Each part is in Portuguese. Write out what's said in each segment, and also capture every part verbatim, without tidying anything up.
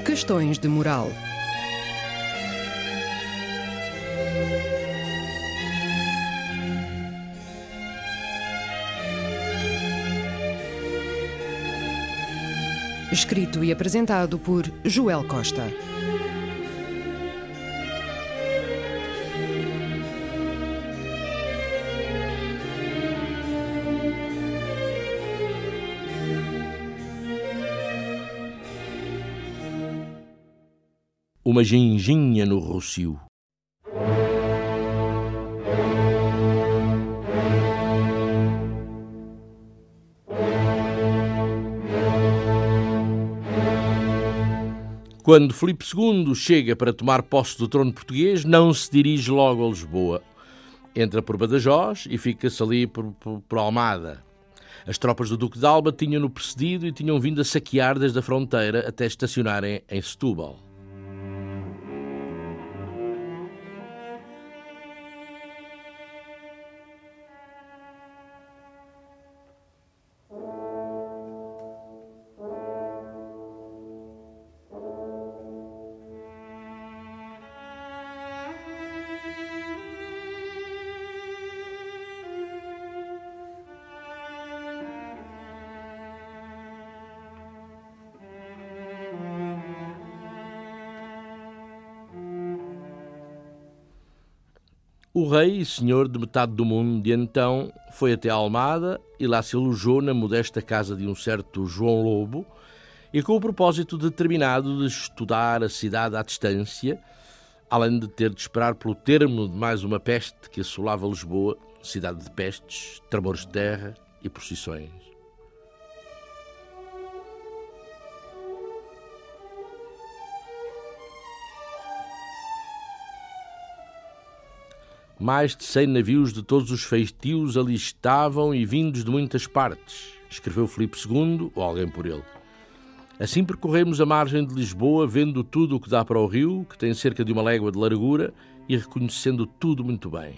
Questões de moral. Escrito e apresentado por Joel Costa. Uma ginginha no Rossio. Quando Filipe segundo chega para tomar posse do trono português, não se dirige logo a Lisboa. Entra por Badajoz e fica-se ali por, por, por Almada. As tropas do Duque de Alba tinham-no precedido e tinham vindo a saquear desde a fronteira até estacionarem em Setúbal. O rei e senhor de metade do mundo de então foi até Almada e lá se alojou na modesta casa de um certo João Lobo e com o propósito determinado de estudar a cidade à distância, além de ter de esperar pelo termo de mais uma peste que assolava Lisboa, cidade de pestes, tremores de terra e procissões. Mais de cem navios de todos os feitios ali estavam e vindos de muitas partes, escreveu Filipe segundo, ou alguém por ele. Assim percorremos a margem de Lisboa, vendo tudo o que dá para o rio, que tem cerca de uma légua de largura, e reconhecendo tudo muito bem.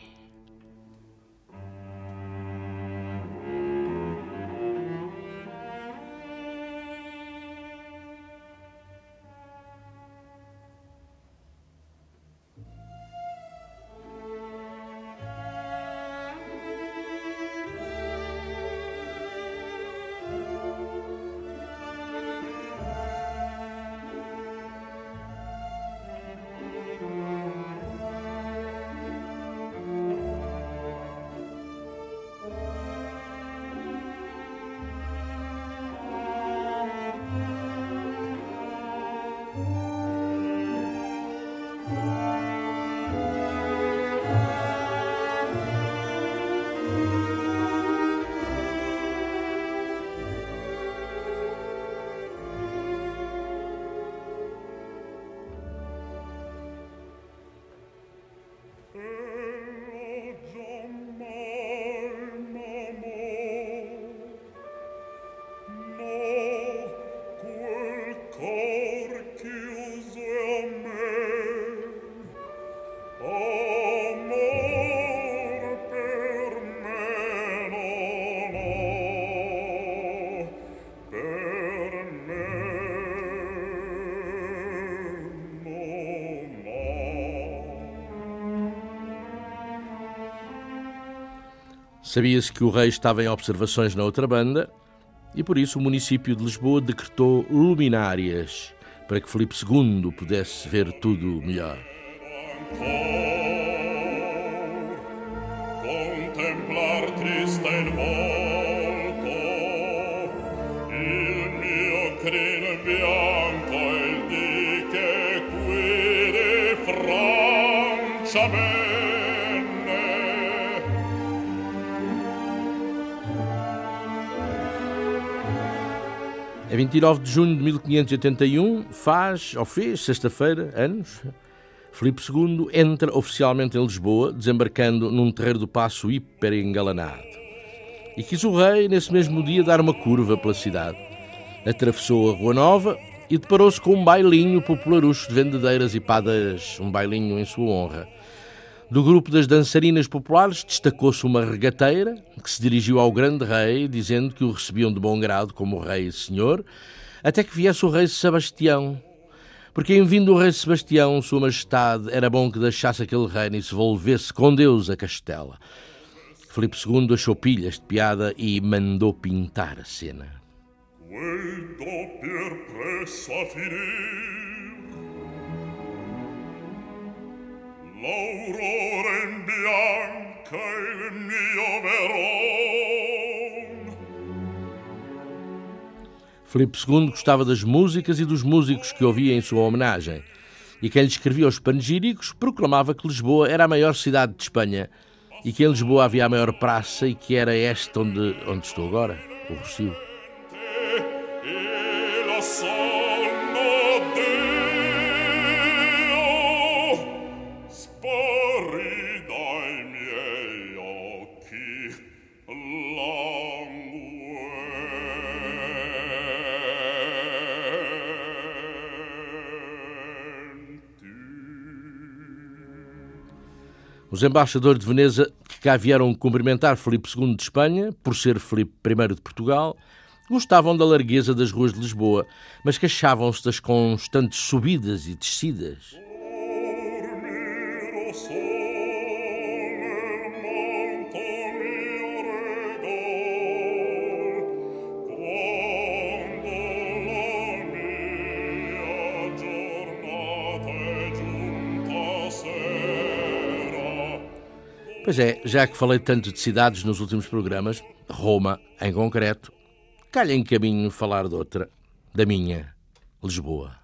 Sabia-se que o rei estava em observações na outra banda e, por isso, o município de Lisboa decretou luminárias para que Filipe segundo pudesse ver tudo melhor. Contemplar triste in volto il mio crin bianco il di che qui di Francia venne. A vinte e nove de junho de mil quinhentos e oitenta e um, faz, ou fez, sexta-feira, anos, Filipe segundo entra oficialmente em Lisboa, desembarcando num terreiro do Paço hiper engalanado. E quis o rei, nesse mesmo dia, dar uma curva pela cidade. Atravessou a Rua Nova e deparou-se com um bailinho popularucho de vendedeiras e padas, um bailinho em sua honra. Do grupo das dançarinas populares destacou-se uma regateira que se dirigiu ao grande rei, dizendo que o recebiam de bom grado como rei e senhor, até que viesse o rei Sebastião. Porque em vindo o rei Sebastião, sua majestade, era bom que deixasse aquele reino e se volvesse com Deus a Castela. Filipe segundo achou pilhas de piada e mandou pintar a cena. Quando per presso a finir l'aurora in bianca il mio Verón. Filipe segundo gostava das músicas e dos músicos que ouvia em sua homenagem, e quem lhe escrevia os panegíricos proclamava que Lisboa era a maior cidade de Espanha e que em Lisboa havia a maior praça e que era esta onde, onde estou agora, o Rossio. Os embaixadores de Veneza, que cá vieram cumprimentar Filipe segundo de Espanha, por ser Filipe primeiro de Portugal, gostavam da largueza das ruas de Lisboa, mas queixavam-se das constantes subidas e descidas. Pois é, já que falei tanto de cidades nos últimos programas, Roma, em concreto, calha em caminho falar de outra, da minha, Lisboa.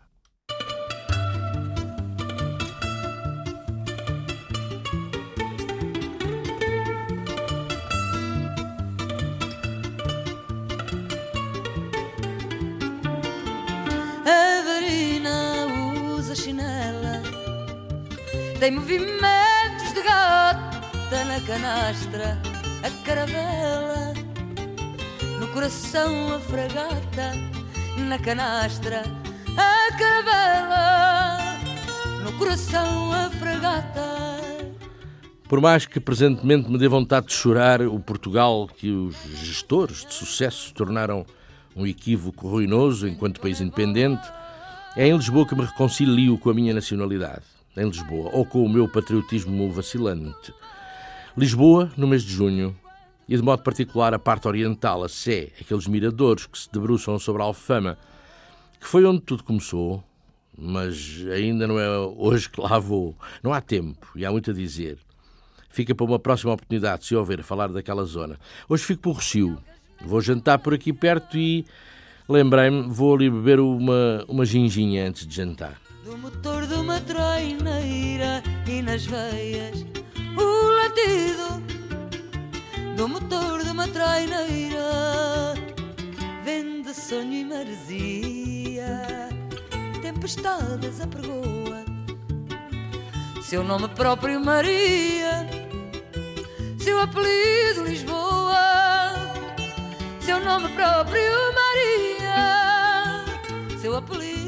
A Verina usa chinela, tem movimentos de gato na canastra, a caravela, no coração a fragata, na canastra, a caravela, no coração a fragata. Por mais que presentemente me dê vontade de chorar, o Portugal que os gestores de sucesso tornaram um equívoco ruinoso enquanto país independente, é em Lisboa que me reconcilio com a minha nacionalidade, em Lisboa, ou com o meu patriotismo vacilante. Lisboa, no mês de junho, e de modo particular a parte oriental, a Sé, aqueles miradores que se debruçam sobre a Alfama, que foi onde tudo começou, mas ainda não é hoje que lá vou. Não há tempo e há muito a dizer. Fica para uma próxima oportunidade, se houver, falar daquela zona. Hoje fico por Rossio. Vou jantar por aqui perto e, lembrei-me, vou ali beber uma, uma ginginha antes de jantar. Do motor de uma traineira e nas veias o latido do motor de uma traineira, vende sonho e maresia, tempestades apregoa, seu nome próprio Maria, seu apelido Lisboa, seu nome próprio Maria, seu apelido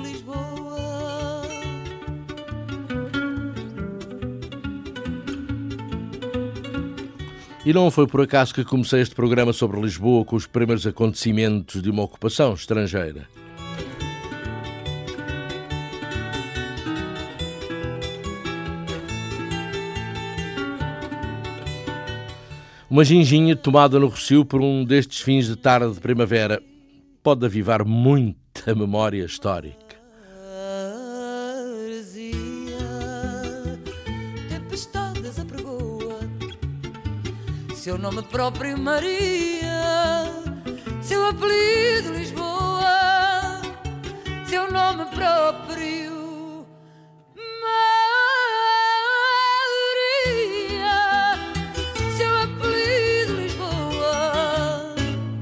E não foi por acaso que comecei este programa sobre Lisboa com os primeiros acontecimentos de uma ocupação estrangeira. Uma ginginha tomada no Rossio por um destes fins de tarde de primavera pode avivar muita memória histórica. Seu nome próprio Maria, seu apelido Lisboa, seu nome próprio Maria, seu apelido Lisboa.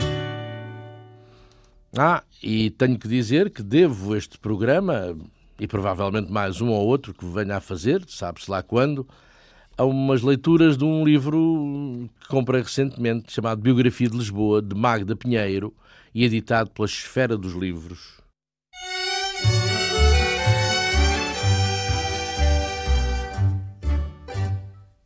Ah, e tenho que dizer que devo este programa, e provavelmente mais um ou outro que venha a fazer, sabe-se lá quando, a umas leituras de um livro que comprei recentemente, chamado Biografia de Lisboa, de Magda Pinheiro, e editado pela Esfera dos Livros.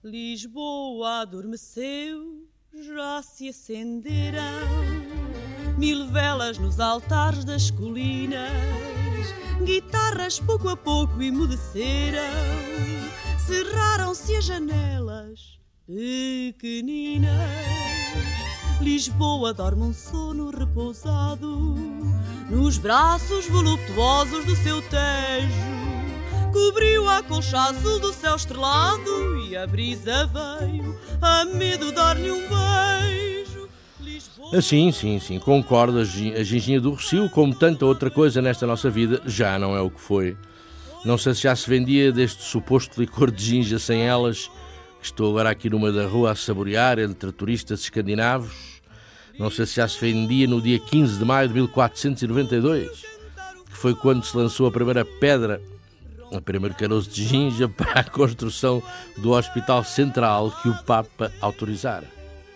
Lisboa adormeceu, já se acenderam mil velas nos altares das colinas, guitarras pouco a pouco emudeceram, cerraram-se as janelas pequeninas. Lisboa dorme um sono repousado nos braços voluptuosos do seu Tejo, cobriu a colcha azul do céu estrelado e a brisa veio a medo dar-lhe um beijo. Lisboa... Ah, sim, sim, sim, concordo. A ginginha do Rossio, como tanta outra coisa nesta nossa vida, já não é o que foi. Não sei se já se vendia deste suposto licor de ginja sem elas, que estou agora aqui numa da rua a saborear entre turistas escandinavos. Não sei se já se vendia no dia quinze de maio de mil quatrocentos e noventa e dois, que foi quando se lançou a primeira pedra, o primeiro caroço de ginja para a construção do Hospital Central que o Papa autorizara.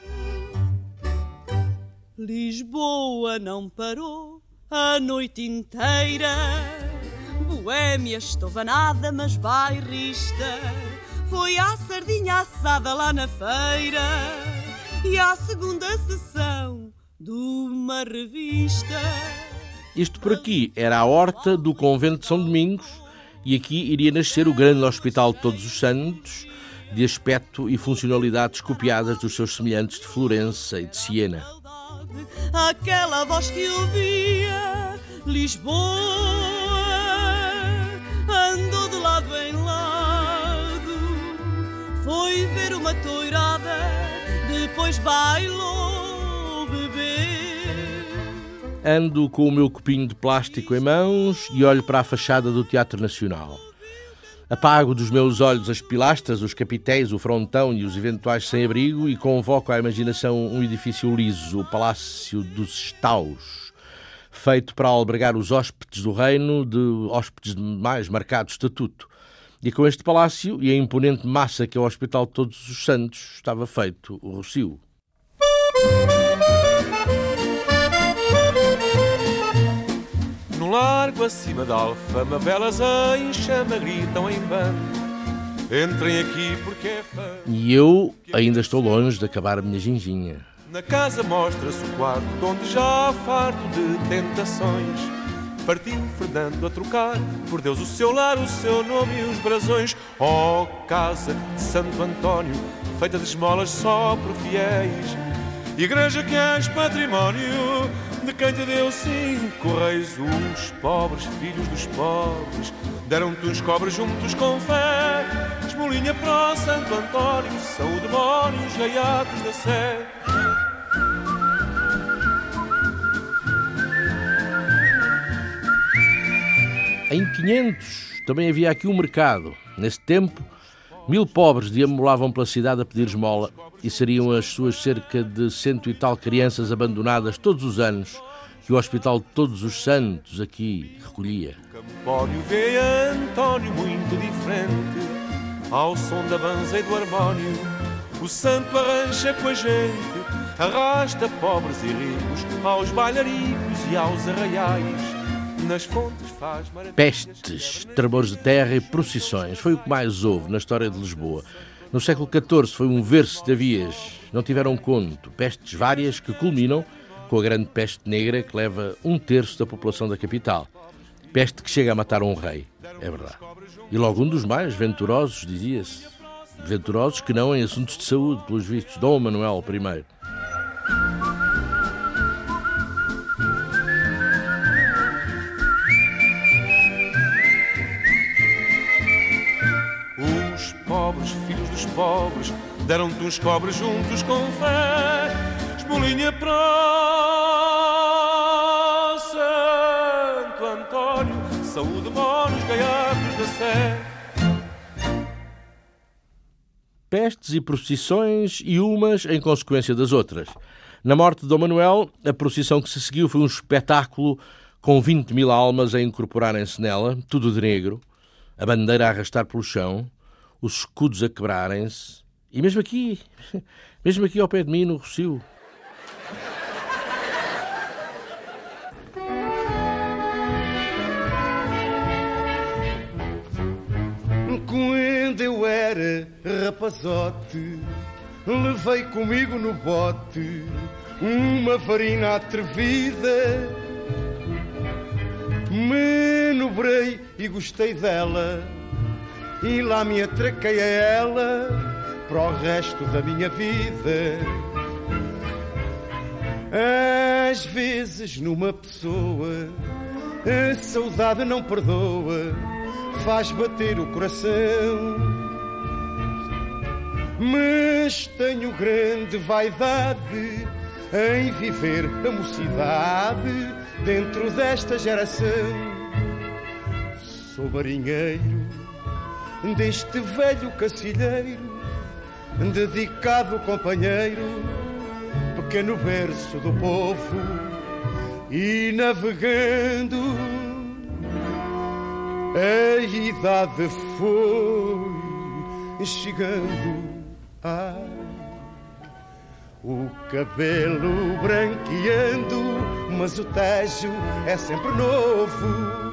Lisboa não parou a noite inteira, boémia estovanada mas bairrista, foi à sardinha assada lá na feira e à segunda sessão de uma revista. Isto por aqui era a horta do convento de São Domingos e aqui iria nascer o grande Hospital de Todos os Santos, de aspecto e funcionalidades copiadas dos seus semelhantes de Florença e de Siena. Aquela voz que ouvia, Lisboa andou de lado em lado, foi ver uma toirada, depois bailou, bebeu. Ando com o meu copinho de plástico em mãos e olho para a fachada do Teatro Nacional. Apago dos meus olhos as pilastras, os capitéis, o frontão e os eventuais sem-abrigo e convoco à imaginação um edifício liso, o Palácio dos Estaus, feito para albergar os hóspedes do reino, de hóspedes de mais marcado estatuto. E com este palácio e a imponente massa que é o Hospital de Todos os Santos, estava feito o Rossio. No largo acima da Alfama, velas em chama gritam em bando: entrem aqui porque é fã. E eu ainda estou longe de acabar a minha ginginha. Na casa mostra-se o quarto, onde já farto de tentações partiu Fernando a trocar por Deus o seu lar, o seu nome e os brasões. Ó casa de Santo António, feita de esmolas só por fiéis, igreja que és património de quem te deu cinco reis. Os pobres filhos dos pobres deram-te uns cobres juntos com fé. Esmolinha para o Santo António, são o demónio, os gaiatos da Sé. Em quinhentos também havia aqui um mercado. Nesse tempo, mil pobres deambulavam pela cidade a pedir esmola e seriam as suas cerca de cento e tal crianças abandonadas todos os anos que o Hospital de Todos os Santos aqui recolhia. Campónio vê António muito diferente, ao som da banza e do harmónio. O santo arrancha com a gente, arrasta pobres e ricos aos bailaricos e aos arraiais. Nas fontes faz maravilhas. Pestes, tremores de terra e procissões foi o que mais houve na história de Lisboa. No século catorze foi um ver-se de avias. Não tiveram conto. Pestes várias que culminam com a grande peste negra que leva um terço da população da capital. Peste que chega a matar um rei, é verdade. E logo um dos mais venturosos, dizia-se. Venturosos que não em assuntos de saúde, pelos vistos, Dom Manuel I. Os pobres filhos dos pobres deram-te uns cobres juntos com fé. Esmolinha para Santo António, são o demónio, os gaiatos da Sé. Pestes e procissões e umas em consequência das outras. Na morte de Dom Manuel, a procissão que se seguiu foi um espetáculo com vinte mil almas a incorporarem-se nela, tudo de negro, a bandeira a arrastar pelo chão, os escudos a quebrarem-se, e mesmo aqui, mesmo aqui ao pé de mim, no Rossio. Quando eu era rapazote, levei comigo no bote uma varina atrevida, me nobrei e gostei dela, e lá me atraquei a ela para o resto da minha vida. Às vezes numa pessoa a saudade não perdoa, faz bater o coração, mas tenho grande vaidade em viver a mocidade dentro desta geração. Sou marinheiro deste velho cacilheiro, dedicado companheiro, pequeno berço do povo, e navegando a idade foi chegando. Ai, o cabelo branqueando, mas o Tejo é sempre novo.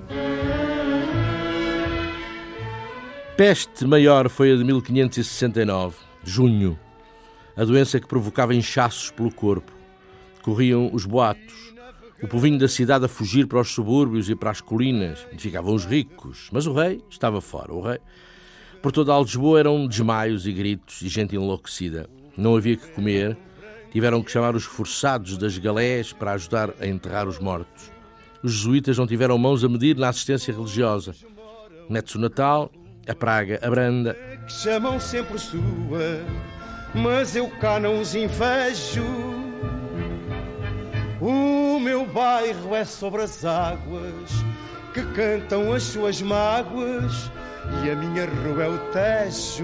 Peste maior foi a de mil quinhentos e sessenta e nove, junho. A doença que provocava inchaços pelo corpo. Corriam os boatos. O povinho da cidade a fugir para os subúrbios e para as colinas. E ficavam os ricos. Mas o rei estava fora. O rei... Por toda a Lisboa eram desmaios e gritos e gente enlouquecida. Não havia que comer. Tiveram que chamar os forçados das galés para ajudar a enterrar os mortos. Os jesuítas não tiveram mãos a medir na assistência religiosa. Mete-se o Natal, a praga abranda. Que chamam sempre sua, mas eu cá não os invejo. O meu bairro é sobre as águas que cantam as suas mágoas, e a minha rua é o Tejo.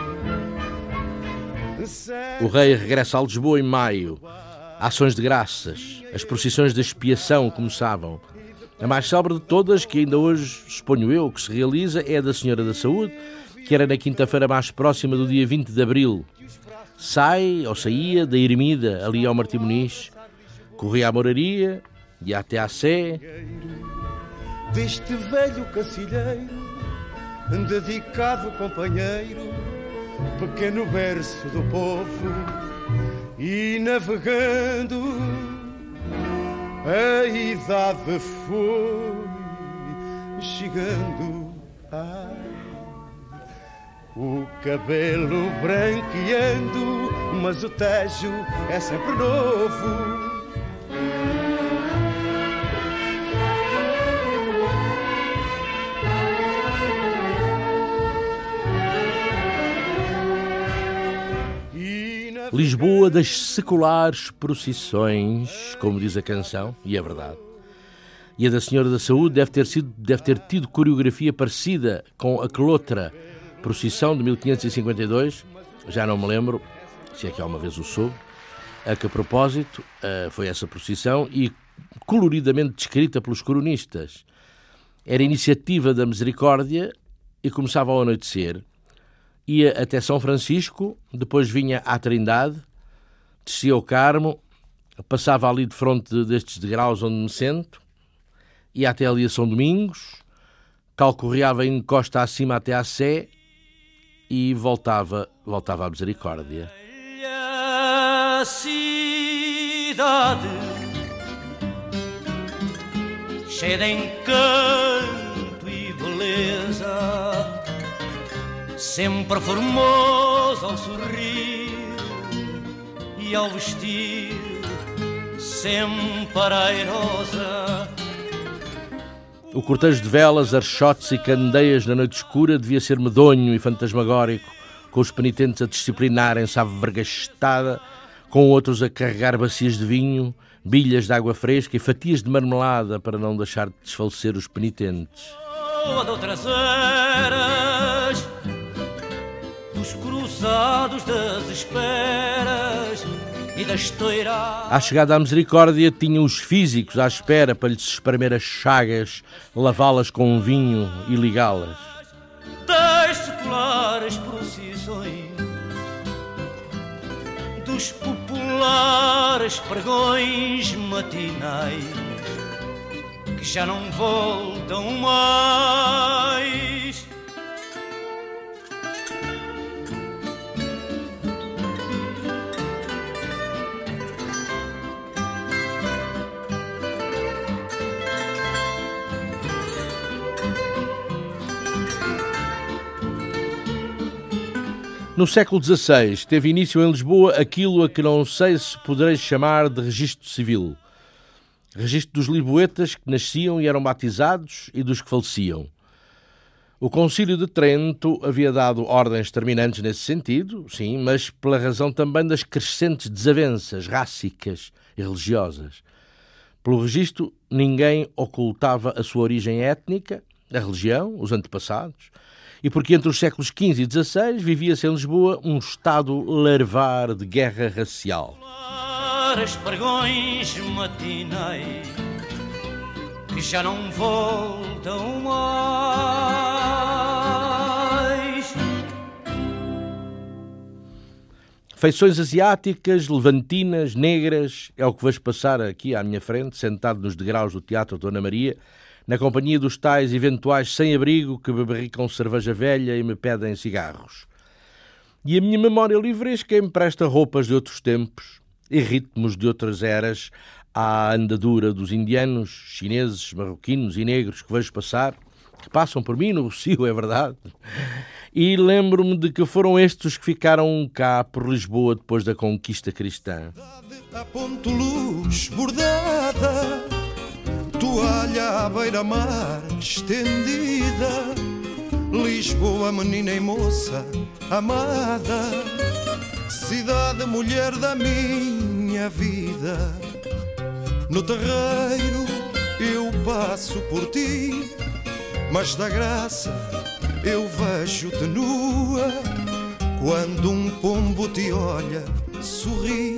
O rei regressa a Lisboa em maio. Ações de graças, as procissões da expiação começavam. A mais célebre de todas, que ainda hoje, suponho eu, que se realiza, é a da Senhora da Saúde, que era na quinta-feira mais próxima do dia vinte de abril. Sai, ou saía, da Ermida, ali ao Martim Muniz, corria à Moraria, ia até à Sé. Deste velho cacilheiro, dedicado companheiro, pequeno berço do povo, e navegando a idade foi chegando. Ai, o cabelo branqueando, mas o Tejo é sempre novo. Lisboa das seculares procissões, como diz a canção, e é verdade. E a da Senhora da Saúde deve ter, sido, deve ter tido coreografia parecida com aquela outra procissão de mil quinhentos e cinquenta e dois, já não me lembro, se é que alguma vez o soube, a que a propósito foi essa procissão e coloridamente descrita pelos cronistas. Era iniciativa da Misericórdia e começava ao anoitecer. Ia até São Francisco, depois vinha à Trindade, descia ao Carmo, passava ali de fronte destes degraus onde me sento, ia até ali a São Domingos, calcorreava em costa acima até à Sé e voltava, voltava à Misericórdia. A cidade cheia de encanto e beleza, sempre formosa ao sorrir e ao vestir, sempre airosa. O cortejo de velas, archotes e candeias na noite escura devia ser medonho e fantasmagórico, com os penitentes a disciplinarem-se à vergastada, com outros a carregar bacias de vinho, bilhas de água fresca e fatias de marmelada para não deixar de desfalecer os penitentes. De outras eras, dos cruzados das esperas e das toiras. À chegada à Misericórdia tinham os físicos à espera para lhes espremer as chagas, lavá-las com um vinho e ligá-las. Das seculares procissões, dos populares pregões matinais, que já não voltam mais. No século dezasseis, teve início em Lisboa aquilo a que não sei se poderei chamar de registro civil. Registro dos lisboetas que nasciam e eram batizados e dos que faleciam. O Concílio de Trento havia dado ordens terminantes nesse sentido, sim, mas pela razão também das crescentes desavenças rássicas e religiosas. Pelo registro, ninguém ocultava a sua origem étnica, a religião, os antepassados, e porque entre os séculos quinze e dezasseis vivia-se em Lisboa um estado larvar de guerra racial. As pregões matinais que já não voltam mais. Feições asiáticas, levantinas, negras, é o que vejo passar aqui à minha frente, sentado nos degraus do Teatro Dona Maria, na companhia dos tais eventuais sem-abrigo que me barricam cerveja velha e me pedem cigarros. E a minha memória livresca empresta roupas de outros tempos e ritmos de outras eras à andadura dos indianos, chineses, marroquinos e negros que vejo passar, que passam por mim no Rossio, é verdade. E lembro-me de que foram estes os que ficaram cá por Lisboa depois da conquista cristã. A ponto luz bordada, toalha à beira-mar estendida, Lisboa, menina e moça amada, cidade, mulher da minha vida. No terreiro eu passo por ti, mas da graça eu vejo-te nua. Quando um pombo te olha, sorri,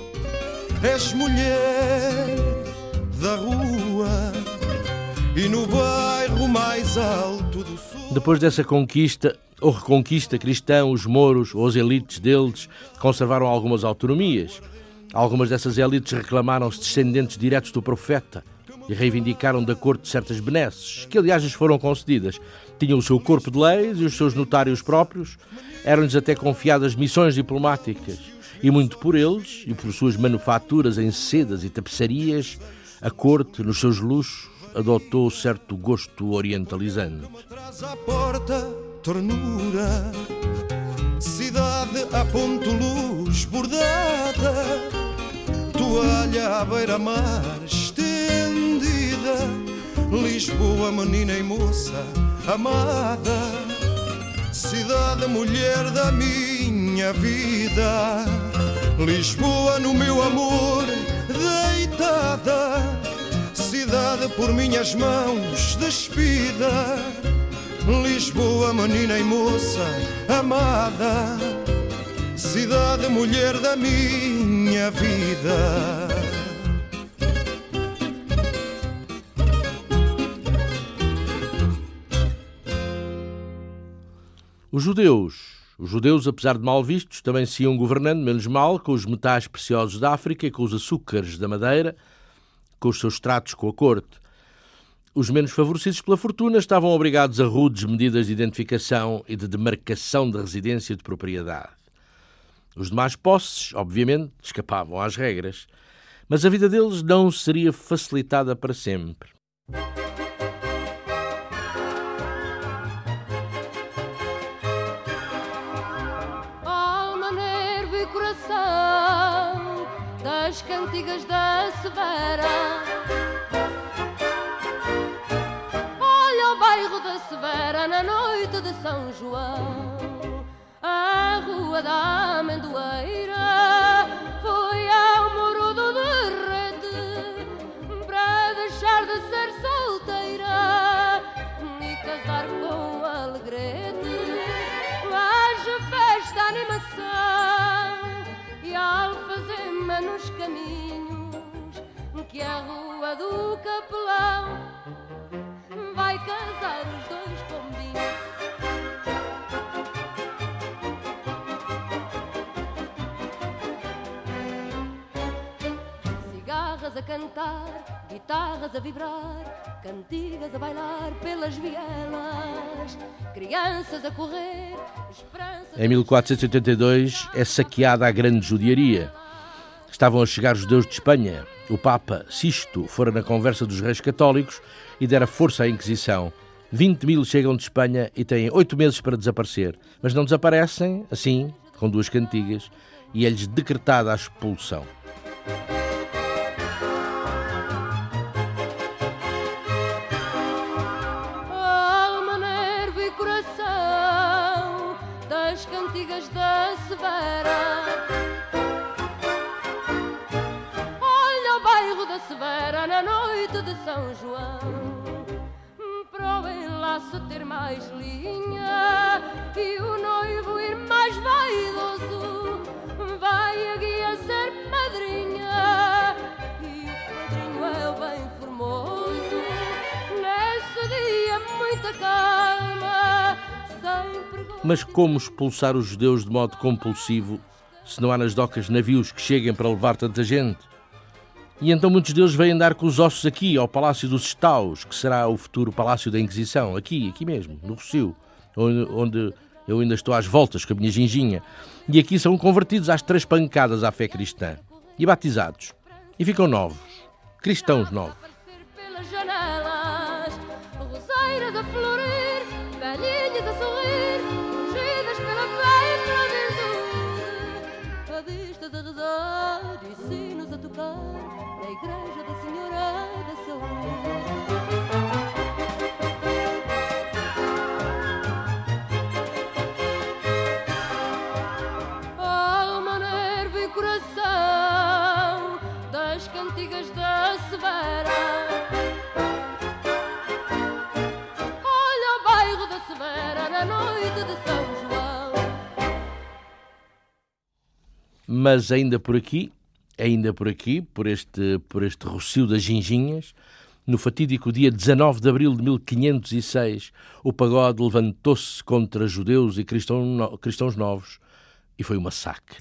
és mulher da rua e no bairro mais alto do sul. Depois dessa conquista ou reconquista cristã, os mouros ou as elites deles conservaram algumas autonomias. Algumas dessas elites reclamaram-se descendentes diretos do profeta e reivindicaram da corte certas benesses, que aliás lhes foram concedidas. Tinham o seu corpo de leis e os seus notários próprios, eram-lhes até confiadas missões diplomáticas, e muito por eles, e por suas manufaturas em sedas e tapeçarias, a corte, nos seus luxos, adotou certo gosto orientalizante. Atrás à porta, ternura, cidade a ponto luz bordada, toalha à beira-mar estendida, Lisboa, menina e moça amada, cidade, mulher da minha vida. Lisboa no meu amor deitada, cidade por minhas mãos despida, Lisboa, menina e moça amada, cidade, mulher da minha vida. Os judeus, os judeus, apesar de mal vistos, também se iam governando menos mal com os metais preciosos da África, com os açúcares da Madeira, com os seus tratos com a corte. Os menos favorecidos pela fortuna estavam obrigados a rudes medidas de identificação e de demarcação de residência e de propriedade. Os demais posses, obviamente, escapavam às regras, mas a vida deles não seria facilitada para sempre. Alma, nervo e coração das cantigas da Severa, olha o bairro da Severa na noite de São João, a rua da Amendoeira foi ao muro do derrete para deixar de ser solteira e casar com Alegrete. Haja festa, animação e alfazema nos caminhos, que a rua do Capelão vai casar os dois pombinhos. Cigarras a cantar, guitarras a vibrar, cantigas a bailar pelas vielas, crianças a correr, esperanças... Em mil quatrocentos e oitenta e dois é saqueada a grande judiaria. Estavam a chegar os judeus de Espanha. O Papa Sisto fora na conversa dos reis católicos e dera força à Inquisição. vinte mil chegam de Espanha e têm oito meses para desaparecer, mas não desaparecem, assim, com duas cantigas, e é-lhes decretada a expulsão. Alma, nervo e coração das cantigas da Severa. Olha o bairro da Severa na noite de São João, para o enlace ter mais linha e o noivo ir mais vaidoso, vai a guia ser madrinha e o padrinho é o bem formoso. Nesse dia muita calma, sem perguntas. Mas como expulsar os judeus de modo compulsivo se não há nas docas navios que cheguem para levar tanta gente? E então muitos deles vêm dar com os ossos aqui, ao Palácio dos Estaus, que será o futuro Palácio da Inquisição, aqui, aqui mesmo, no Rossio, onde, onde eu ainda estou às voltas com a minha ginginha. E aqui são convertidos às três pancadas à fé cristã, e batizados, e ficam novos, cristãos novos. Pelas janelas, roseiras a florir, velhinhas a sorrir, ungidas pela fé e pela virtude, fadistas a rezar e sinos a tocar na igreja da Senhora da Saúde. Alma, nervo e coração das cantigas da Severa. Olha o bairro da Severa na noite de São João. Mas ainda por aqui, ainda por aqui, por este, por este Rossio das Ginginhas, no fatídico dia dezanove de abril de mil quinhentos e seis, o pagode levantou-se contra judeus e cristão, cristãos novos e foi um massacre.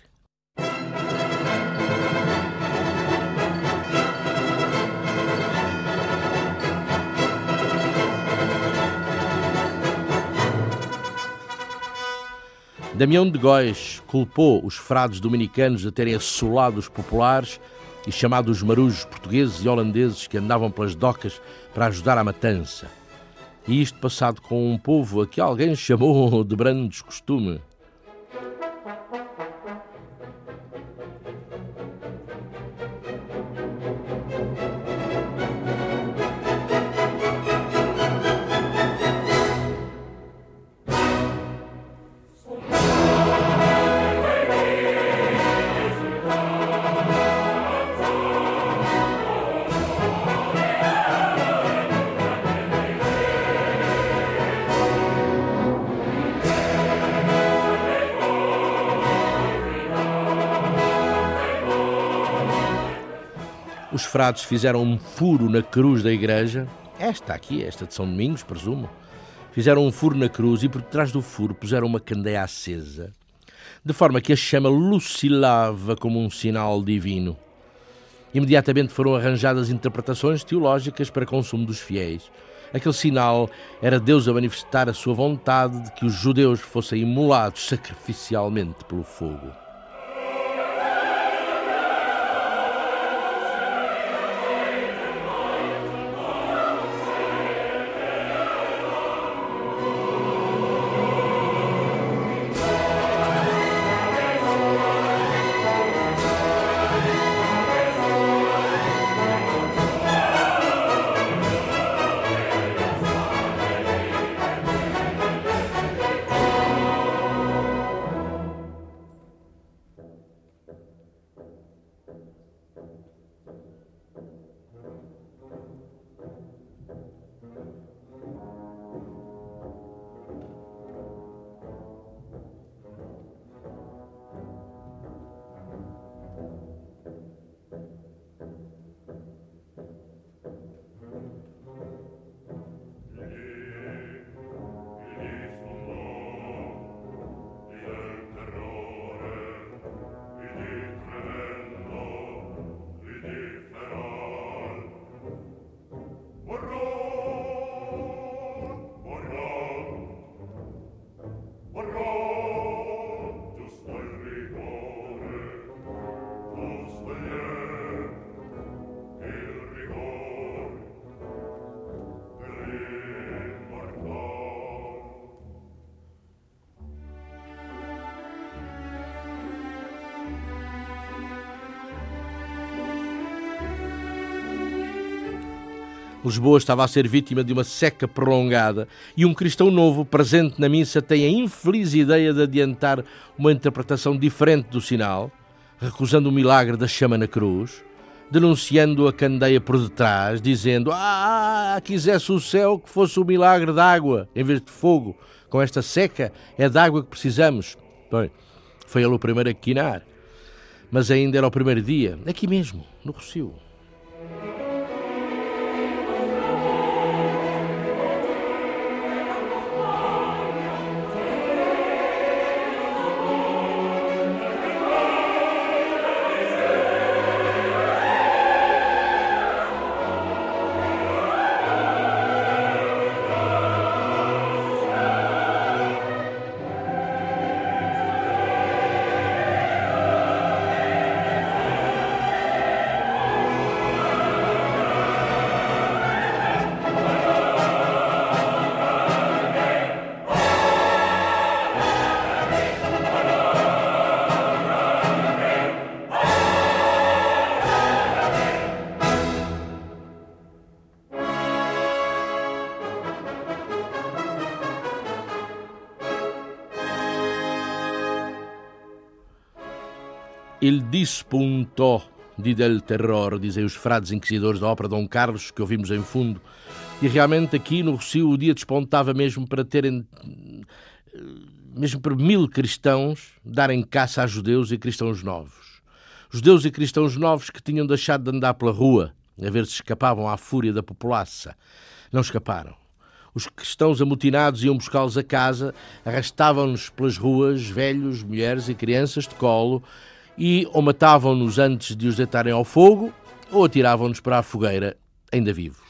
Damião de Góis culpou os frades dominicanos de terem assolado os populares e chamado os marujos portugueses e holandeses que andavam pelas docas para ajudar à matança. E isto passado com um povo a que alguém chamou de brando descostume. Os frades fizeram um furo na cruz da igreja, esta aqui, esta de São Domingos, presumo. Fizeram um furo na cruz e por detrás do furo puseram uma candeia acesa, de forma que a chama lucilava como um sinal divino. Imediatamente foram arranjadas interpretações teológicas para consumo dos fiéis. Aquele sinal era Deus a manifestar a sua vontade de que os judeus fossem imolados sacrificialmente pelo fogo. Lisboa estava a ser vítima de uma seca prolongada e um cristão novo, presente na missa, tem a infeliz ideia de adiantar uma interpretação diferente do sinal, recusando o milagre da chama na cruz, denunciando a candeia por detrás, dizendo: ah, quisesse o céu que fosse o milagre de água em vez de fogo. Com esta seca é de água que precisamos. Bem, foi ele o primeiro a quinar. Mas ainda era o primeiro dia, aqui mesmo, no Rossio. Il dispunto di del terror, dizem os frades inquisidores da ópera Dom Carlos, que ouvimos em fundo. E realmente aqui no Rossio o dia despontava mesmo para terem, mesmo para mil cristãos darem caça a judeus e cristãos novos. Judeus e cristãos novos que tinham deixado de andar pela rua, a ver se escapavam à fúria da populaça. Não escaparam. Os cristãos amotinados iam buscá-los a casa, arrastavam-nos pelas ruas, velhos, mulheres e crianças de colo, e ou matavam-nos antes de os deitarem ao fogo, ou atiravam-nos para a fogueira, ainda vivos.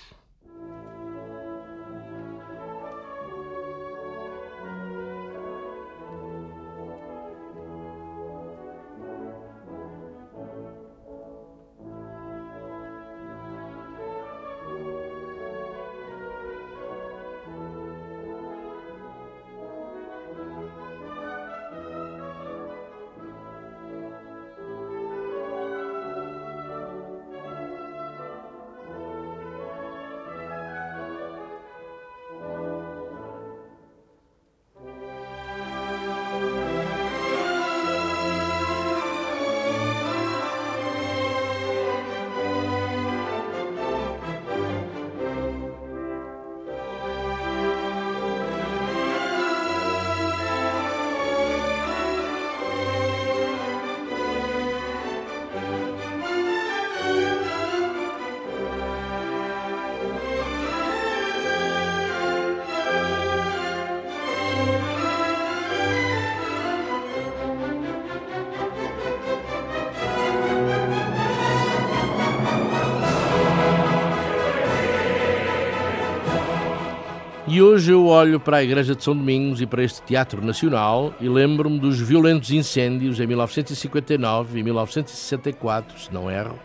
E hoje eu olho para a Igreja de São Domingos e para este Teatro Nacional e lembro-me dos violentos incêndios em mil novecentos e cinquenta e nove e mil novecentos e sessenta e quatro, se não erro.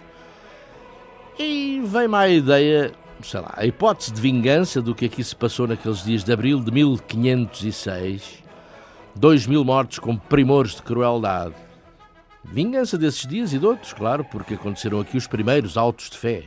E vem-me à ideia, sei lá, a hipótese de vingança do que aqui se passou naqueles dias de abril de mil quinhentos e seis. Dois mil mortos com primores de crueldade. Vingança desses dias e de outros, claro, porque aconteceram aqui os primeiros autos de fé.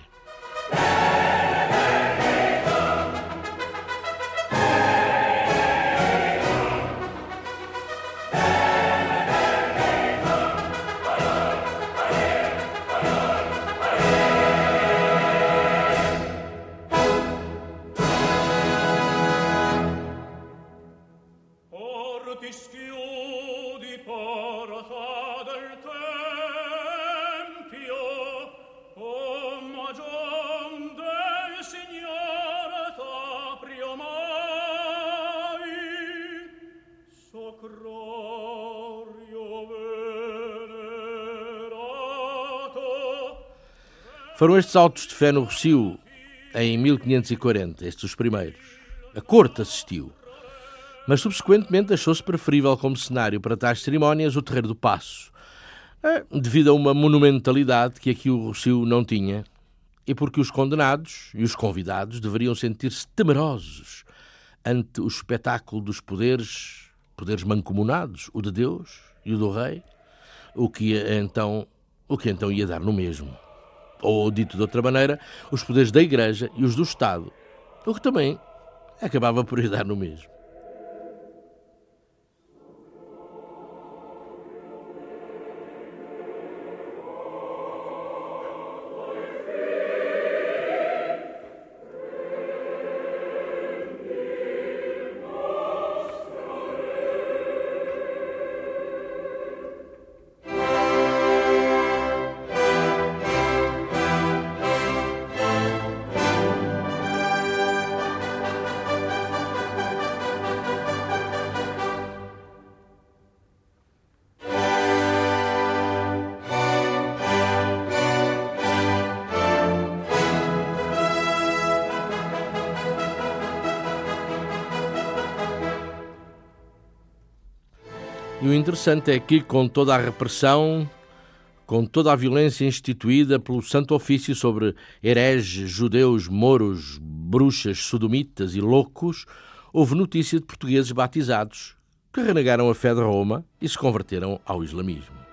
Foram estes autos de fé no Rossio em mil quinhentos e quarenta, estes os primeiros. A corte assistiu, mas subsequentemente achou-se preferível como cenário para tais cerimónias o Terreiro do Paço, devido a uma monumentalidade que aqui o Rossio não tinha, e porque os condenados e os convidados deveriam sentir-se temerosos ante o espetáculo dos poderes, poderes mancomunados, o de Deus e o do Rei, o que, então, o que então ia dar no mesmo. ou, dito de outra maneira, os poderes da Igreja e os do Estado, o que também acabava por ir dar no mesmo. E o interessante é que, com toda a repressão, com toda a violência instituída pelo Santo Ofício sobre hereges, judeus, mouros, bruxas, sodomitas e loucos, houve notícia de portugueses batizados que renegaram a fé de Roma e se converteram ao islamismo.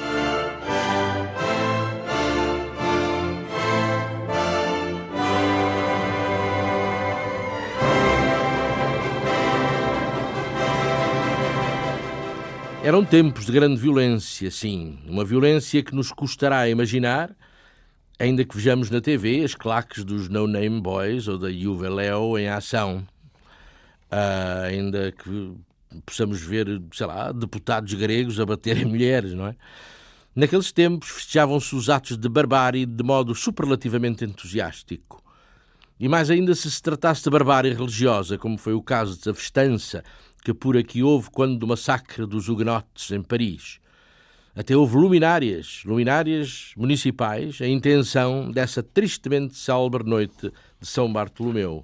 Eram tempos de grande violência, sim. Uma violência que nos custará imaginar, ainda que vejamos na T V as claques dos No Name Boys ou da Juve Leo em ação. Uh, ainda que possamos ver, sei lá, deputados gregos a baterem mulheres, não é? Naqueles tempos festejavam-se os atos de barbárie de modo superlativamente entusiástico. E mais ainda se se tratasse de barbárie religiosa, como foi o caso da festança que por aqui houve quando do massacre dos huguenotes em Paris. Até houve luminárias, luminárias municipais, a intenção dessa tristemente célebre noite de São Bartolomeu.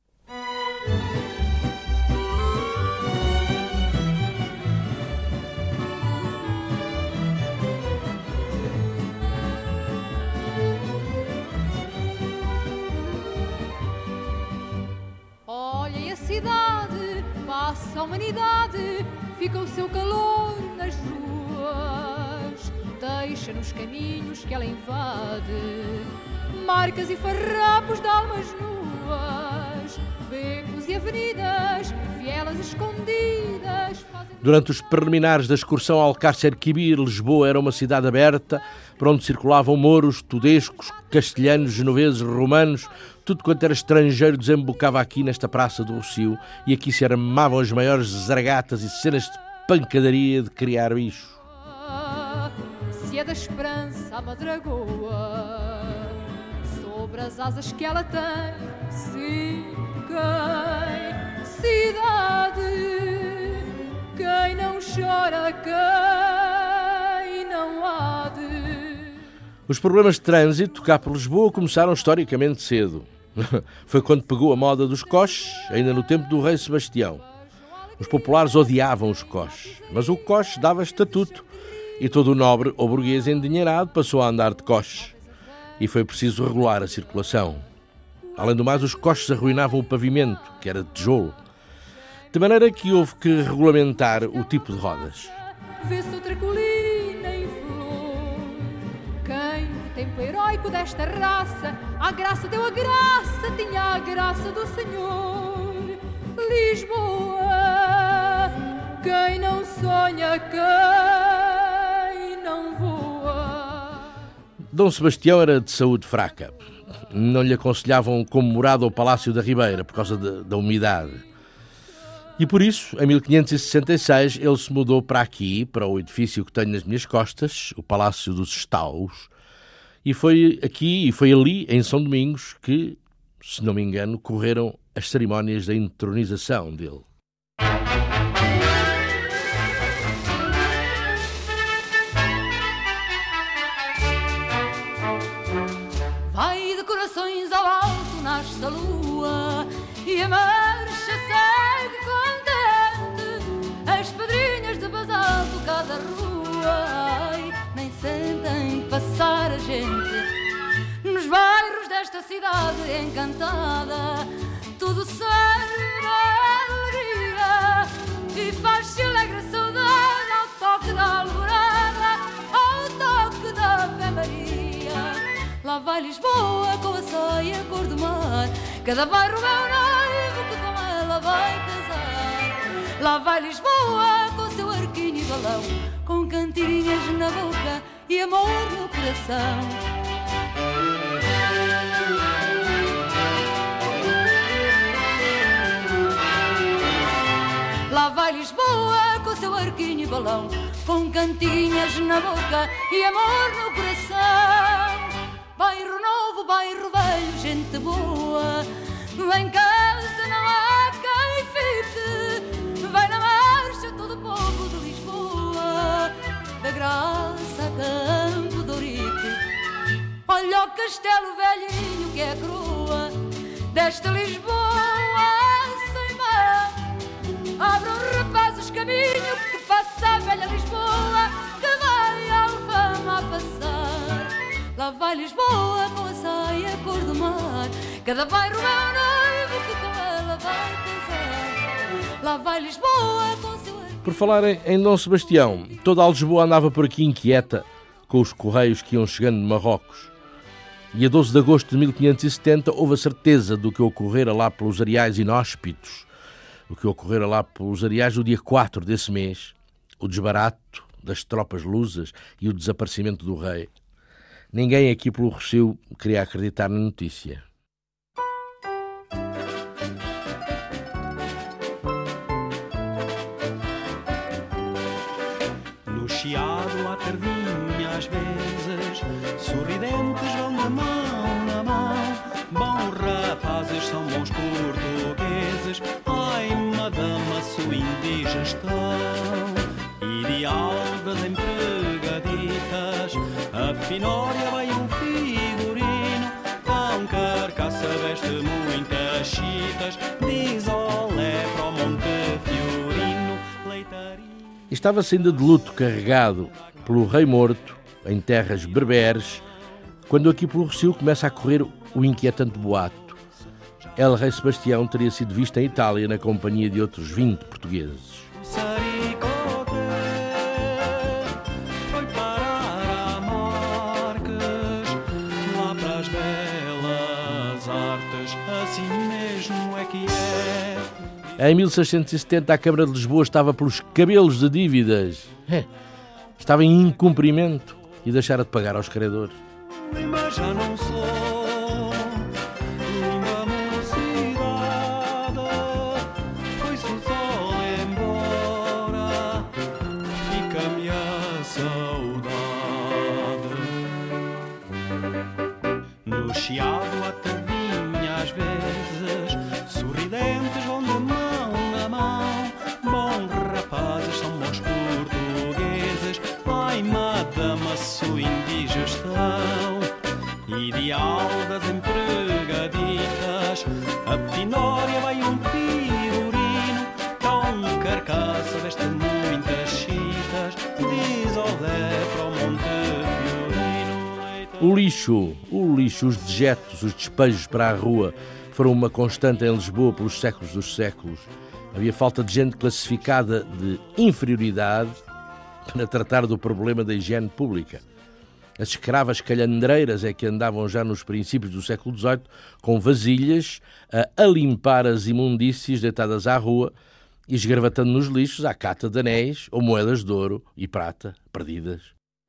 Olhem a cidade, passa a humanidade, fica o seu calor nas ruas, deixa nos caminhos que ela invade, marcas e farrapos de almas nuas, becos e avenidas, vielas escondidas. Durante os preliminares da excursão ao Alcácer Quibir, Lisboa era uma cidade aberta, para onde circulavam mouros, tudescos, castelhanos, genoveses, romanos, tudo quanto era estrangeiro desembocava aqui nesta Praça do Rossio, e aqui se armavam as maiores zaragatas e cenas de pancadaria de criar bicho. Se é da esperança a madragoa, sobre as asas que ela tem, sim, quem, cidade, quem não chora, quem não há de... Os problemas de trânsito cá por Lisboa começaram historicamente cedo. Foi quando pegou a moda dos coches, ainda no tempo do rei Sebastião. Os populares odiavam os coches, mas o coche dava estatuto e todo o nobre ou burguês endinheirado passou a andar de coches. E foi preciso regular a circulação. Além do mais, os coches arruinavam o pavimento, que era de tijolo. De maneira que houve que regulamentar o tipo de rodas. Vê-se outra colina em flor. Quem no tempo heroico desta raça, a graça deu a graça, tinha a graça do Senhor. Lisboa, quem não sonha, quem não voa. Dom Sebastião era de saúde fraca. Não lhe aconselhavam como morada o Palácio da Ribeira, por causa de, da umidade. E por isso, em mil quinhentos e sessenta e seis, ele se mudou para aqui, para o edifício que tenho nas minhas costas, o Palácio dos Estaus, e foi aqui e foi ali, em São Domingos, que, se não me engano, correram as cerimónias da entronização dele. Vai de corações ao alto, nasce a lua, e a marcha segue contente, as pedrinhas de basalto cada rua, ai, nem sentem passar a gente. Nos bairros desta cidade encantada, tudo será alegria, e faz-se alegre a saudade ao toque da alvorada, ao toque da Ave Maria. Lá vai vai Lisboa com a saia cor do mar. Cada bairro é um noivo que com ela vai casar. Lá vai Lisboa com seu arquinho e balão, com cantirinhas na boca e amor no coração. Lá vai Lisboa com seu arquinho e balão, com cantirinhas na boca e amor no coração. Bairro novo, bairro velho, gente boa, vem casa, não há quem fique. Vai na marcha todo o povo de Lisboa, da Graça a Campo de Ourique. Olha o castelo velhinho que é a coroa desta Lisboa sem mar. Abram rapazes caminho que passa a velha Lisboa, que vai a Alfama a passar. Lá vai Lisboa com a saia cor do mar, cada bairro é um noivo que com ela vai casar. Lá vai Lisboa com seu... Por falar em, em Dom Sebastião, toda a Lisboa andava por aqui inquieta com os correios que iam chegando de Marrocos. E a doze de agosto de mil quinhentos e setenta houve a certeza do que ocorrera lá pelos areais inóspitos, o que ocorrera lá pelos areais do dia quatro desse mês, o desbarato das tropas lusas e o desaparecimento do rei. Ninguém aqui pelo Rossio queria acreditar na notícia. No chiado à tardinha às vezes, sorridentes vão de mão na mão. Bons rapazes são bons portugueses, ai madama sua indigestão. Ideal das empregaditas, a finória vai um figurino, tão carcaça veste muitas chitas, diz olé para o Monte Fiorino, leitaria. Estava-se ainda de luto carregado pelo rei morto, em terras berberes, quando aqui pelo Rossio começa a correr o inquietante boato. El Rei Sebastião teria sido visto em Itália na companhia de outros vinte portugueses. Foi parar a Marques, lá para as belas artes, assim mesmo é que é. Em mil seiscentos e setenta a Câmara de Lisboa estava pelos cabelos de dívidas. Estava em incumprimento e deixara de pagar aos credores. Mas já não sou linda mocidade, foi-se o sol embora, fica-me a saudade. No chiado à tardinha às vezes, sorridentes vão de mão na mão. Bons rapazes são bons portugueses, ai madama sua indigestão. Ideal das empregaditas, a finória vai um figurino, tão carcaça veste muitas chitas, diz olé para o Monte Fiorino. O lixo, o lixo, os dejetos, os despejos para a rua foram uma constante em Lisboa pelos séculos dos séculos. Havia falta de gente classificada de inferioridade para tratar do problema da higiene pública. As escravas calhandreiras é que andavam já nos princípios do século dezoito com vasilhas a, a limpar as imundícies deitadas à rua e esgravatando nos lixos à cata de anéis ou moedas de ouro e prata perdidas.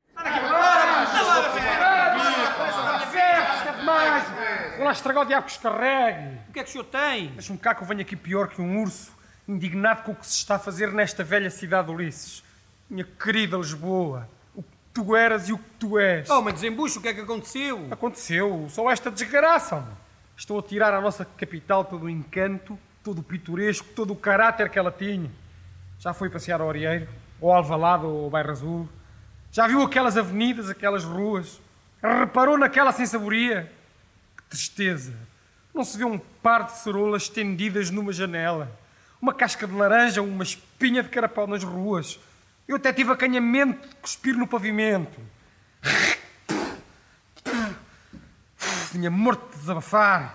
Vou lá estragar o diabo que os carregue. O que é que o senhor tem? Deixa-me cá que eu venho aqui pior que um urso, indignado com o que se está a fazer nesta velha cidade de Ulisses. Minha querida Lisboa, o que tu eras e o que tu és. Oh, mas desembucho, o que é que aconteceu? Aconteceu, só esta desgraça. Estão a tirar a nossa capital todo o encanto, todo o pitoresco, todo o caráter que ela tinha. Já foi passear ao Arieiro, ou Alvalade, ou ao Bairro Azul. Já viu aquelas avenidas, aquelas ruas? Reparou naquela sem-saboria? Que tristeza! Não se vê um par de ceroulas estendidas numa janela, uma casca de laranja, uma espinha de carapau nas ruas. Eu até tive acanhamento de cuspir no pavimento. Vinha morto de desabafar.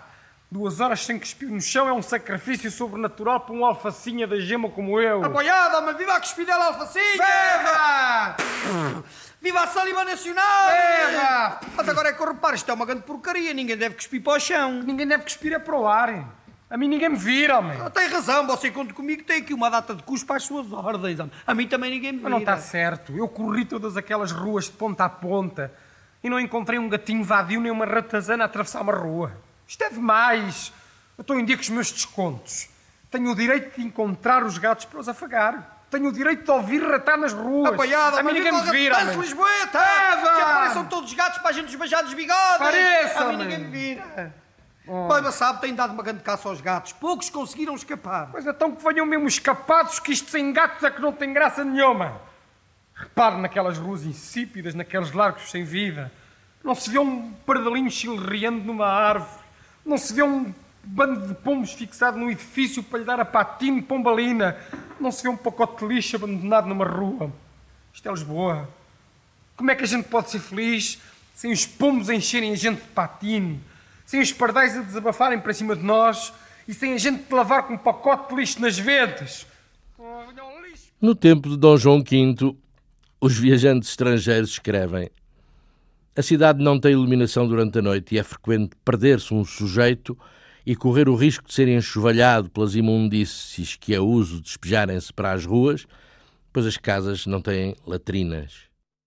Duas horas sem cuspir no chão é um sacrifício sobrenatural para um alfacinha da gema como eu. Apoiada, mas viva a cuspidela alfacinha! Viva! Viva a saliva nacional! Viva! Mas agora é que eu reparo, isto é uma grande porcaria, ninguém deve cuspir para o chão. Ninguém deve cuspir é para o ar. A mim ninguém me vira, homem. Ah, tem razão, você conta comigo, tem aqui uma data de cuspo às suas ordens. Homem. A mim também ninguém me vira. Mas não está certo. Eu corri todas aquelas ruas de ponta a ponta e não encontrei um gatinho vadio nem uma ratazana a atravessar uma rua. Isto é demais. Eu estou em dia com os meus descontos. Tenho o direito de encontrar os gatos para os afagar. Tenho o direito de ouvir ratar nas ruas. Apoiada, a mim ninguém me vira. Mas Lisboeta! Que apareçam todos os gatos para a gente desbeijar dos bigodes. Pareça, a mim ninguém me vira. Oh. Bem, mas sabe, tem dado uma grande caça aos gatos. Poucos conseguiram escapar. Pois então que venham mesmo escapados, que isto sem gatos é que não tem graça nenhuma. Repare naquelas ruas insípidas, naqueles largos sem vida. Não se vê um pardalinho chilreando numa árvore. Não se vê um bando de pombos fixado num edifício para lhe dar a patina pombalina. Não se vê um pacote de lixo abandonado numa rua. Isto é Lisboa. Como é que a gente pode ser feliz sem os pombos encherem a gente de patine, sem os pardais a desabafarem para cima de nós e sem a gente lavar com um pacote de lixo nas ventas? No tempo de Dom João quinto, os viajantes estrangeiros escrevem: a cidade não tem iluminação durante a noite e é frequente perder-se um sujeito e correr o risco de ser enxovalhado pelas imundícies que a uso despejarem-se para as ruas, pois as casas não têm latrinas.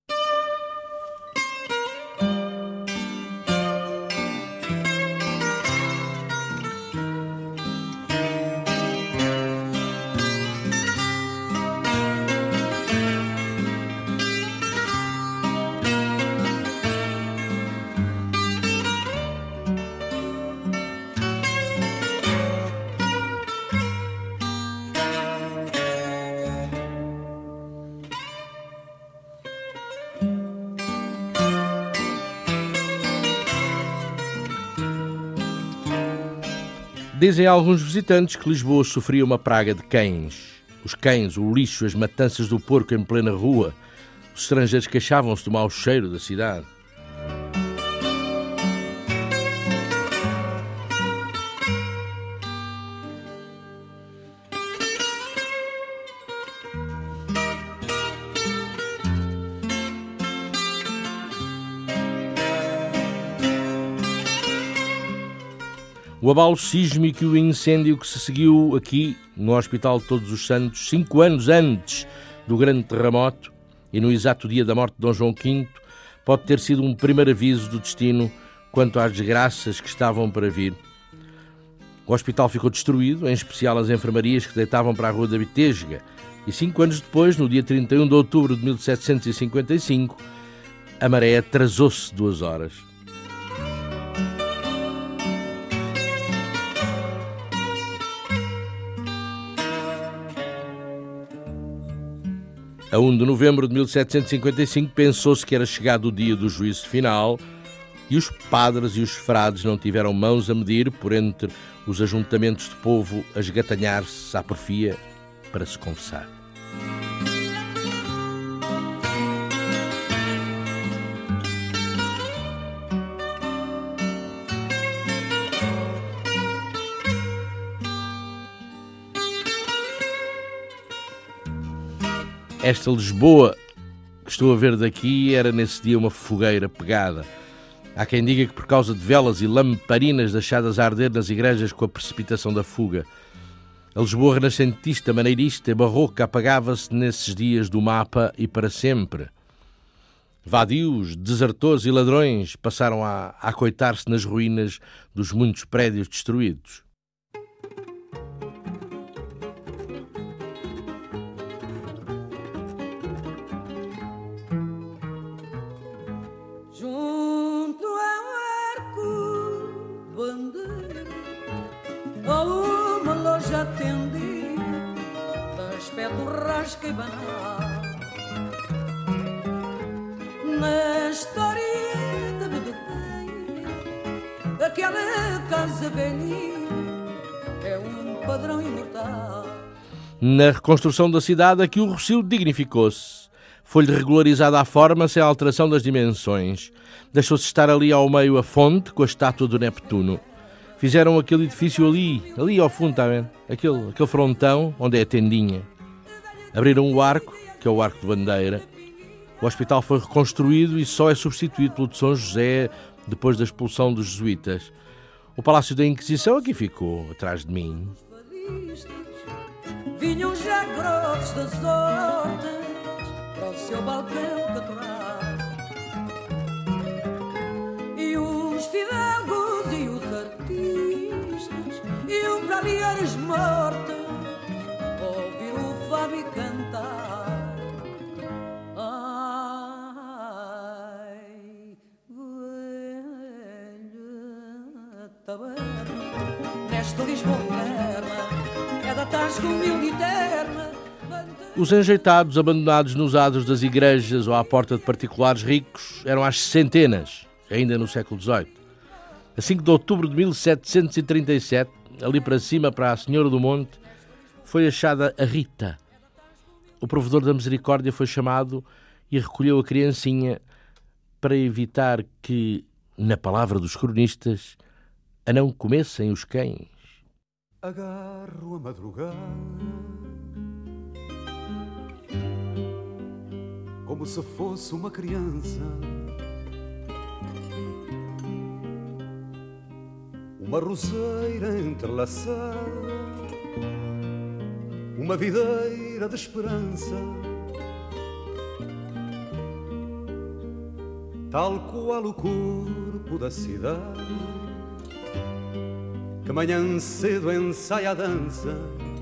Dizem alguns visitantes que Lisboa sofria uma praga de cães. Os cães, o lixo, as matanças do porco em plena rua. Os estrangeiros queixavam-se do mau cheiro da cidade. O abalo sísmico e o incêndio que se seguiu aqui, no Hospital de Todos os Santos, cinco anos antes do grande terremoto e no exato dia da morte de Dom João quinto, pode ter sido um primeiro aviso do destino quanto às desgraças que estavam para vir. O hospital ficou destruído, em especial as enfermarias que deitavam para a Rua da Bitesga, e cinco anos depois, no dia trinta e um de outubro de mil setecentos e cinquenta e cinco, a maré atrasou-se duas horas. A primeiro de novembro de mil setecentos e cinquenta e cinco pensou-se que era chegado o dia do juízo final e os padres e os frades não tiveram mãos a medir por entre os ajuntamentos de povo a esgatanhar-se à porfia para se confessar. Esta Lisboa que estou a ver daqui era nesse dia uma fogueira pegada. Há quem diga que por causa de velas e lamparinas deixadas a arder nas igrejas com a precipitação da fuga. A Lisboa renascentista, maneirista e barroca apagava-se nesses dias do mapa e para sempre. Vadios, desertores e ladrões passaram a acoitar-se nas ruínas dos muitos prédios destruídos. Na história da Bedeveia, aquela casa velhinha é um padrão imortal. Na reconstrução da cidade, aqui o Rossio dignificou-se. Foi-lhe regularizada a forma sem alteração das dimensões. Deixou-se estar ali ao meio a fonte com a estátua do Neptuno. Fizeram aquele edifício ali, ali ao fundo, está vendo? Aquele, aquele frontão onde é a tendinha. Abriram o arco, que é o arco de bandeira. O hospital foi reconstruído e só é substituído pelo de São José depois da expulsão dos jesuítas. O Palácio da Inquisição aqui ficou, atrás de mim. Vinham já grossos das hortas para o seu balcão caturado, e os fidalgos e os artistas iam para ali as mortas ouvir o Fábio cantar. Ai, velha taberna, nesta Lisboa moderna, é da tasca humilde e terna. Os enjeitados abandonados nos adros das igrejas ou à porta de particulares ricos eram às centenas, ainda no século dezoito. A cinco de outubro de mil setecentos e trinta e sete, ali para cima, para a Senhora do Monte, foi achada a Rita. O provedor da misericórdia foi chamado e recolheu a criancinha para evitar que, na palavra dos cronistas, a não comessem os cães. Agarro a madrugada como se fosse uma criança, uma roseira entrelaçada, uma videira de esperança, tal qual o corpo da cidade que manhã cedo ensaia a dança.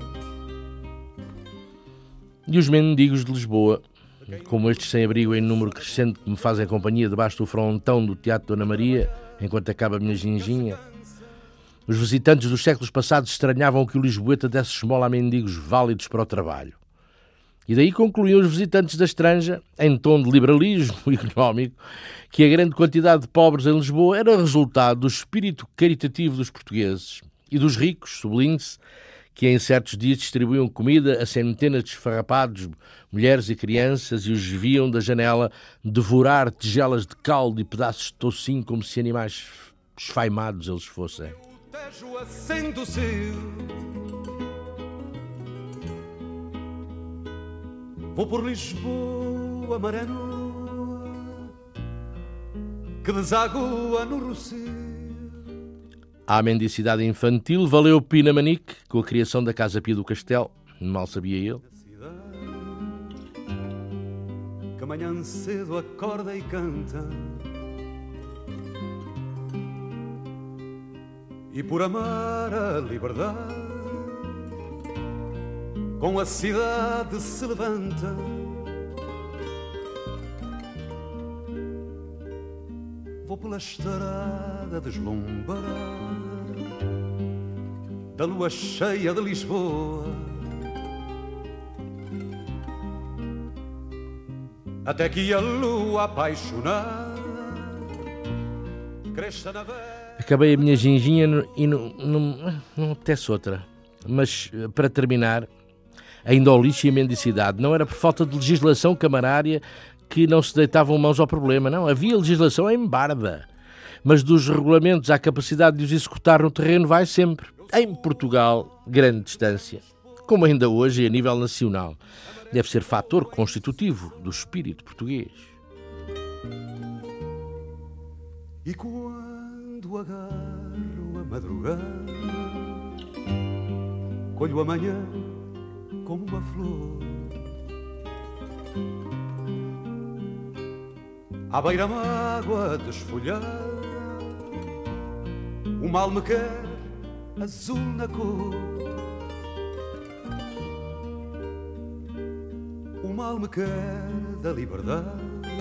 E os mendigos de Lisboa, como estes sem-abrigo em número crescente que me fazem companhia debaixo do frontão do Teatro Dona Maria, enquanto acaba a minha ginginha. Os visitantes dos séculos passados estranhavam que o lisboeta desse esmola a mendigos válidos para o trabalho. E daí concluíam os visitantes da Estranja, em tom de liberalismo económico, que a grande quantidade de pobres em Lisboa era resultado do espírito caritativo dos portugueses e dos ricos, sublinhe-se, que em certos dias distribuíam comida a centenas de esfarrapados, mulheres e crianças, e os viam da janela devorar tigelas de caldo e pedaços de tocinho como se animais esfaimados eles fossem. Tejo acende o seu, vou por Lisboa, maré nua, que desagua no Rocio. À mendicidade infantil valeu Pina Manique com a criação da Casa Pia do Castelo, mal sabia ele. Que amanhã cedo acorda e canta, e por amar a liberdade com a cidade se levanta. Vou pela estrada deslumbrada da lua cheia de Lisboa, até que a lua apaixonada cresça na veia. Acabei a minha ginginha e não, não, não apetece outra. Mas, para terminar, ainda ao lixo e a mendicidade. Não era por falta de legislação camarária que não se deitavam mãos ao problema, não. Havia legislação em barda. Mas dos regulamentos à capacidade de os executar no terreno vai sempre. Em Portugal, grande distância. Como ainda hoje, a nível nacional. Deve ser fator constitutivo do espírito português. E quando agarro a madrugada, colho amanhã como uma flor, à beira-mágoa desfolhada, o mal me quer azul na cor, o mal me quer da liberdade.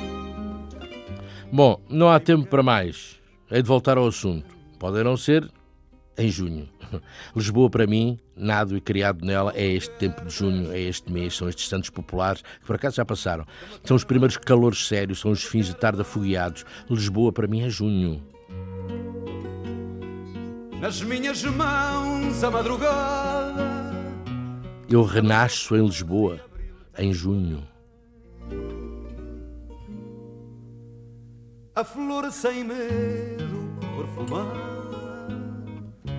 Bom, não há tempo para mais. Hei de voltar ao assunto. Pode não ser em junho. Lisboa, para mim, nado e criado nela, é este tempo de junho, é este mês, são estes santos populares, que por acaso já passaram. São os primeiros calores sérios, são os fins de tarde afogueados. Lisboa, para mim, é junho. Nas minhas mãos a madrugada, eu renasço em Lisboa, em junho. A flor sem medo perfumar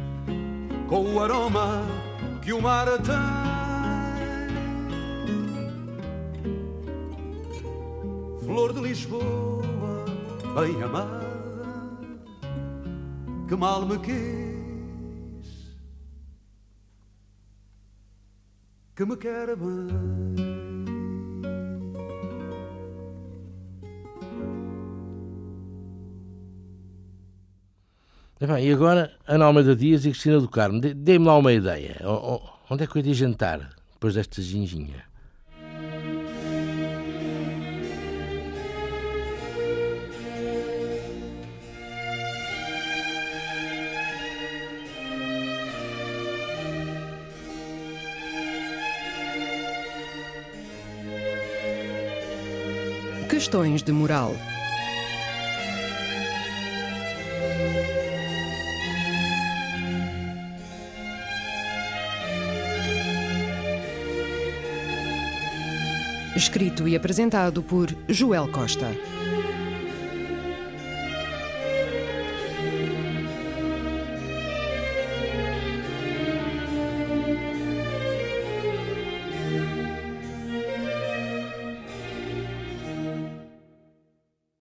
com o aroma que o mar tem. Flor de Lisboa, bem amada, que mal me quis, que me quer bem. E agora, Ana Almeida Dias e Cristina do Carmo, dê-me lá uma ideia. Onde é que eu ia jantar depois desta ginginha? Questões de moral. Escrito e apresentado por Joel Costa.